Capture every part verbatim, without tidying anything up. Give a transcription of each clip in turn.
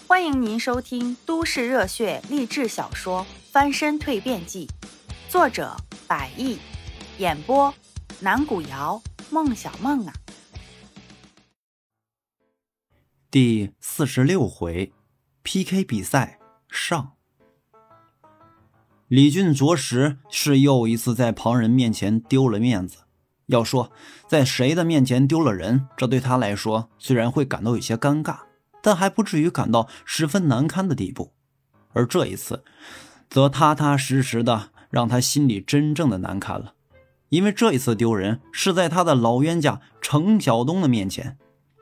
欢迎您收听都市热血励志小说《翻身蜕变记》，作者百亿，演播南古瑶、孟小梦啊。 第四十六回 P K 比赛上。李俊着实是又一次在旁人面前丢了面子。要说在谁的面前丢了人，这对他来说虽然会感到有些尴尬，但还不至于感到十分难堪的地步。而这一次则踏踏实实的让他心里真正的难堪了，因为这一次丢人是在他的老冤家程晓东的面前。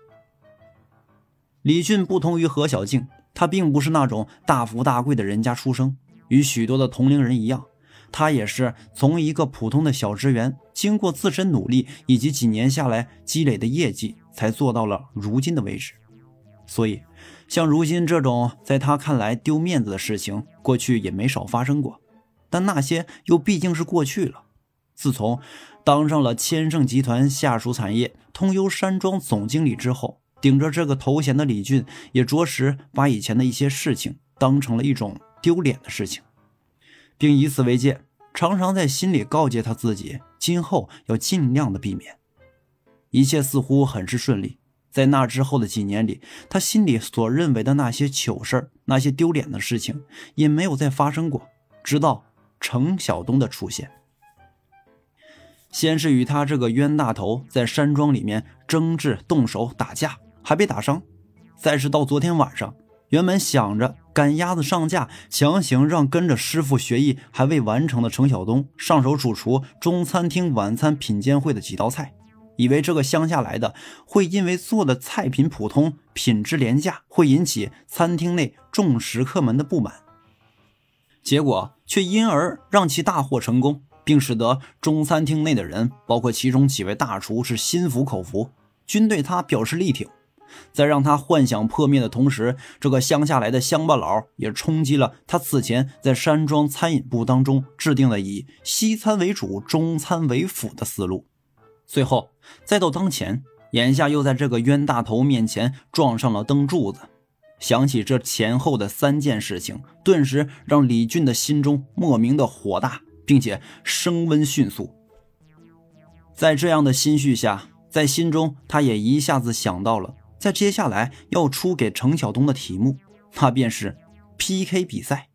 李俊不同于何小静，他并不是那种大富大贵的人家出生，与许多的同龄人一样，他也是从一个普通的小职员，经过自身努力以及几年下来积累的业绩，才做到了如今的位置。所以像如今这种在他看来丢面子的事情，过去也没少发生过，但那些又毕竟是过去了。自从当上了千盛集团下属产业通幽山庄总经理之后，顶着这个头衔的李俊也着实把以前的一些事情当成了一种丢脸的事情，并以此为戒，常常在心里告诫他自己今后要尽量的避免。一切似乎很是顺利，在那之后的几年里，他心里所认为的那些糗事，那些丢脸的事情也没有再发生过，直到程晓东的出现。先是与他这个冤大头在山庄里面争执动手打架，还被打伤，再是到昨天晚上，原本想着赶鸭子上架，强行让跟着师傅学艺还未完成的程晓东上手主厨中餐厅晚餐品鉴会的几道菜，以为这个乡下来的会因为做的菜品普通，品质廉价，会引起餐厅内众食客们的不满，结果却因而让其大获成功，并使得中餐厅内的人，包括其中几位大厨是心服口服，均对他表示力挺。在让他幻想破灭的同时，这个乡下来的乡巴佬也冲击了他此前在山庄餐饮部当中制定了以西餐为主中餐为辅的思路。最后再到当前，眼下又在这个冤大头面前撞上了灯柱子。想起这前后的三件事情，顿时让李俊的心中莫名的火大，并且升温迅速。在这样的心绪下，在心中他也一下子想到了在接下来要出给程晓东的题目，那便是 P K 比赛。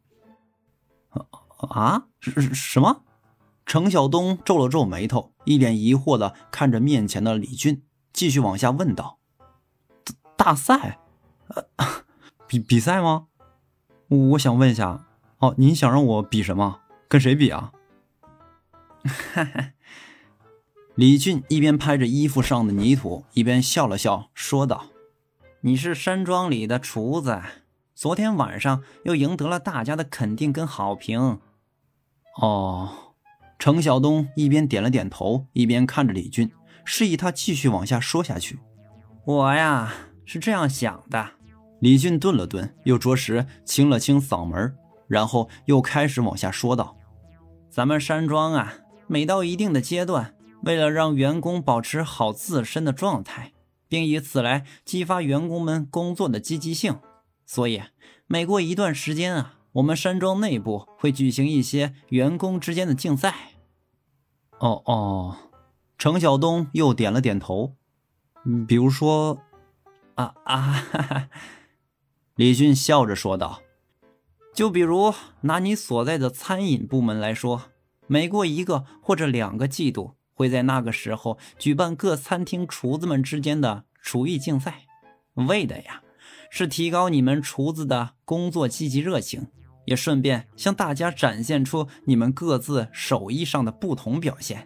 啊？什么？程晓东皱了皱眉头，一脸疑惑地看着面前的李俊，继续往下问道：大赛？呃，比比赛吗？我想问一下，哦，您想让我比什么？跟谁比啊？哈哈。李俊一边拍着衣服上的泥土，一边笑了笑，说道：你是山庄里的厨子，昨天晚上又赢得了大家的肯定跟好评。哦，程晓东一边点了点头，一边看着李俊，示意他继续往下说下去。我呀，是这样想的。李俊顿了顿，又着实清了清嗓门，然后又开始往下说道：咱们山庄啊，每到一定的阶段，为了让员工保持好自身的状态，并以此来激发员工们工作的积极性，所以每过一段时间啊，我们山庄内部会举行一些员工之间的竞赛。哦哦，程晓东又点了点头。嗯，比如说啊啊哈哈，李俊笑着说道：就比如拿你所在的餐饮部门来说，每过一个或者两个季度，会在那个时候举办各餐厅厨子们之间的厨艺竞赛，为的呀是提高你们厨子的工作积极热情，也顺便向大家展现出你们各自手艺上的不同表现。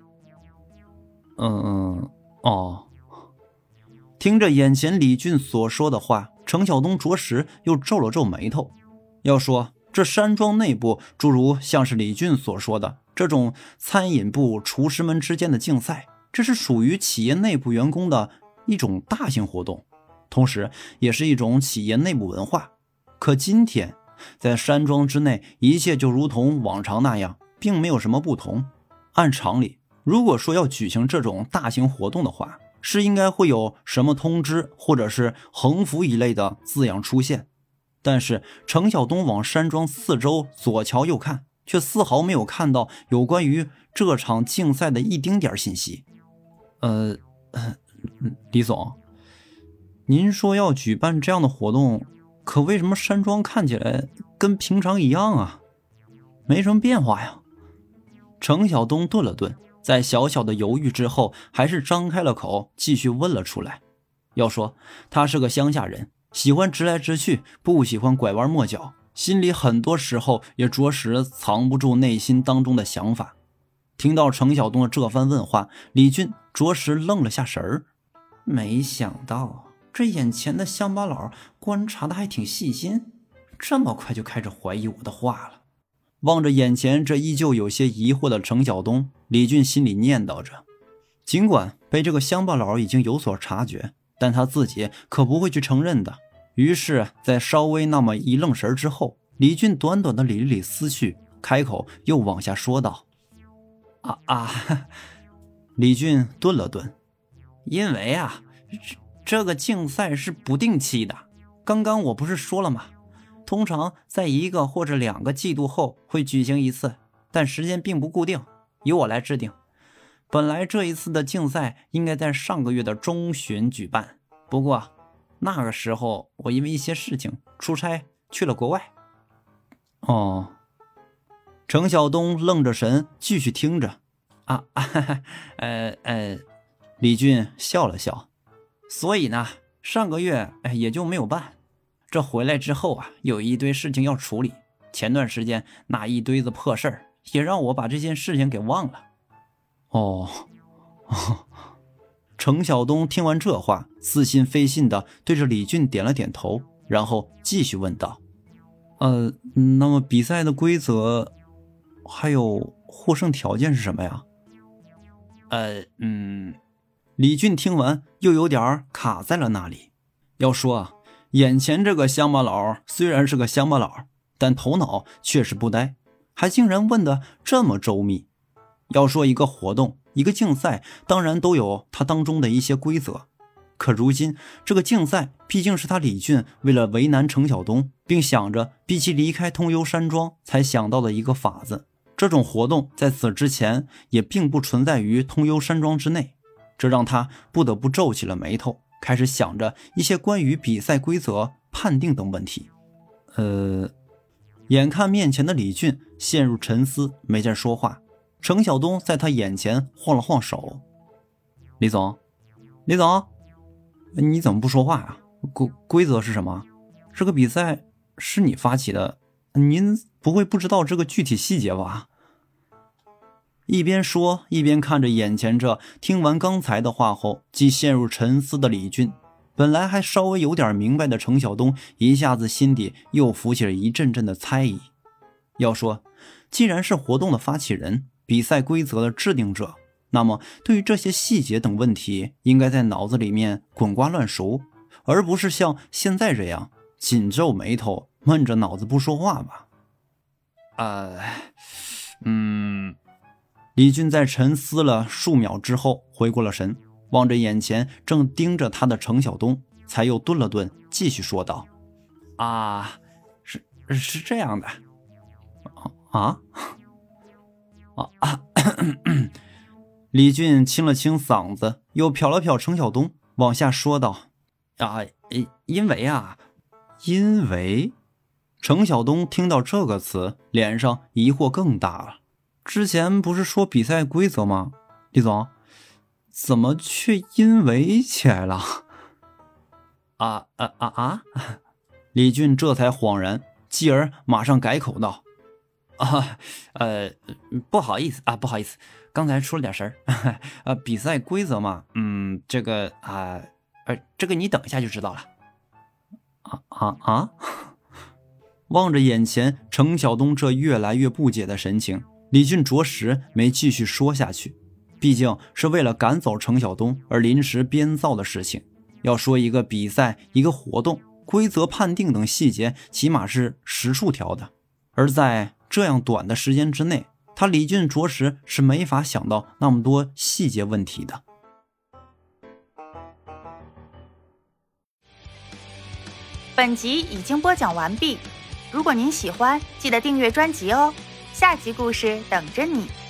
嗯，哦。听着眼前李俊所说的话，程晓东着实又皱了皱眉头。要说这山庄内部诸如像是李俊所说的这种餐饮部厨师们之间的竞赛，这是属于企业内部员工的一种大型活动，同时也是一种企业内部文化。可今天在山庄之内，一切就如同往常那样，并没有什么不同。按常理，如果说要举行这种大型活动的话，是应该会有什么通知或者是横幅一类的字样出现， 但是程晓东往山庄四周左瞧右看，却丝毫没有看到有关于这场竞赛的一丁点信息。呃，李总，您说要举办这样的活动，可为什么山庄看起来跟平常一样啊？没什么变化呀。程晓东顿了顿，在小小的犹豫之后，还是张开了口，继续问了出来。要说他是个乡下人，喜欢直来直去，不喜欢拐弯抹角，心里很多时候也着实藏不住内心当中的想法。听到程晓东的这番问话，李俊着实愣了下神儿。没想到这眼前的乡巴佬观察的还挺细心，这么快就开始怀疑我的话了。望着眼前这依旧有些疑惑的程晓东，李俊心里念叨着。尽管被这个乡巴佬已经有所察觉，但他自己可不会去承认的。于是在稍微那么一愣神之后，李俊短短的理了理思绪，开口又往下说道。啊啊！李俊顿了顿，因为啊，这这个竞赛是不定期的。刚刚我不是说了吗？通常在一个或者两个季度后会举行一次，但时间并不固定，由我来制定。本来这一次的竞赛应该在上个月的中旬举办，不过那个时候我因为一些事情出差去了国外。哦。程晓东愣着神继续听着。啊啊呃呃李俊笑了笑。所以呢，上个月也就没有办。这回来之后啊，有一堆事情要处理。前段时间那一堆子破事儿，也让我把这件事情给忘了。哦，哦程晓东听完这话，似信非信的对着李俊点了点头，然后继续问道：呃，那么比赛的规则还有获胜条件是什么呀？呃，嗯，李俊听完又有点卡在了那里。要说啊，眼前这个乡巴佬虽然是个乡巴佬，但头脑确实不呆，还竟然问得这么周密。要说一个活动，一个竞赛，当然都有它当中的一些规则。可如今这个竞赛毕竟是他李俊为了为难程晓东，并想着逼其离开通幽山庄才想到的一个法子。这种活动在此之前也并不存在于通幽山庄之内，这让他不得不皱起了眉头，开始想着一些关于比赛规则、判定等问题。呃，眼看面前的李俊陷入沉思，没再说话。程晓东在他眼前晃了晃手。李总，李总，你怎么不说话呀？规规则是什么？这个比赛是你发起的，您不会不知道这个具体细节吧？一边说一边看着眼前这听完刚才的话后即陷入沉思的李俊，本来还稍微有点明白的程晓东一下子心底又浮起了一阵阵的猜疑。要说既然是活动的发起人，比赛规则的制定者，那么对于这些细节等问题应该在脑子里面滚瓜烂熟，而不是像现在这样紧皱眉头闷着脑子不说话吧。呃嗯李俊在沉思了数秒之后回过了神，望着眼前正盯着他的程晓东，才又顿了顿，继续说道：啊是是这样的。啊啊啊李俊清了清嗓子，又瞟了瞟程晓东，往下说道：啊因为啊因为程晓东听到这个词，脸上疑惑更大了。之前不是说比赛规则吗？李总，怎么却因为起来了？啊啊啊啊！李俊这才恍然，继而马上改口道：啊，呃，不好意思啊，不好意思，刚才出了点神儿。呃，比赛规则嘛，嗯，这个啊，呃，这个你等一下就知道了。啊啊啊！望着眼前程晓东这越来越不解的神情，李俊着实没继续说下去。毕竟是为了赶走程晓东而临时编造的事情。要说一个比赛、一个活动，规则判定等细节起码是十数条的，而在这样短的时间之内，他李俊着实是没法想到那么多细节问题的。 本集已经播讲完毕，如果您喜欢，记得订阅专辑哦，下集故事等着你。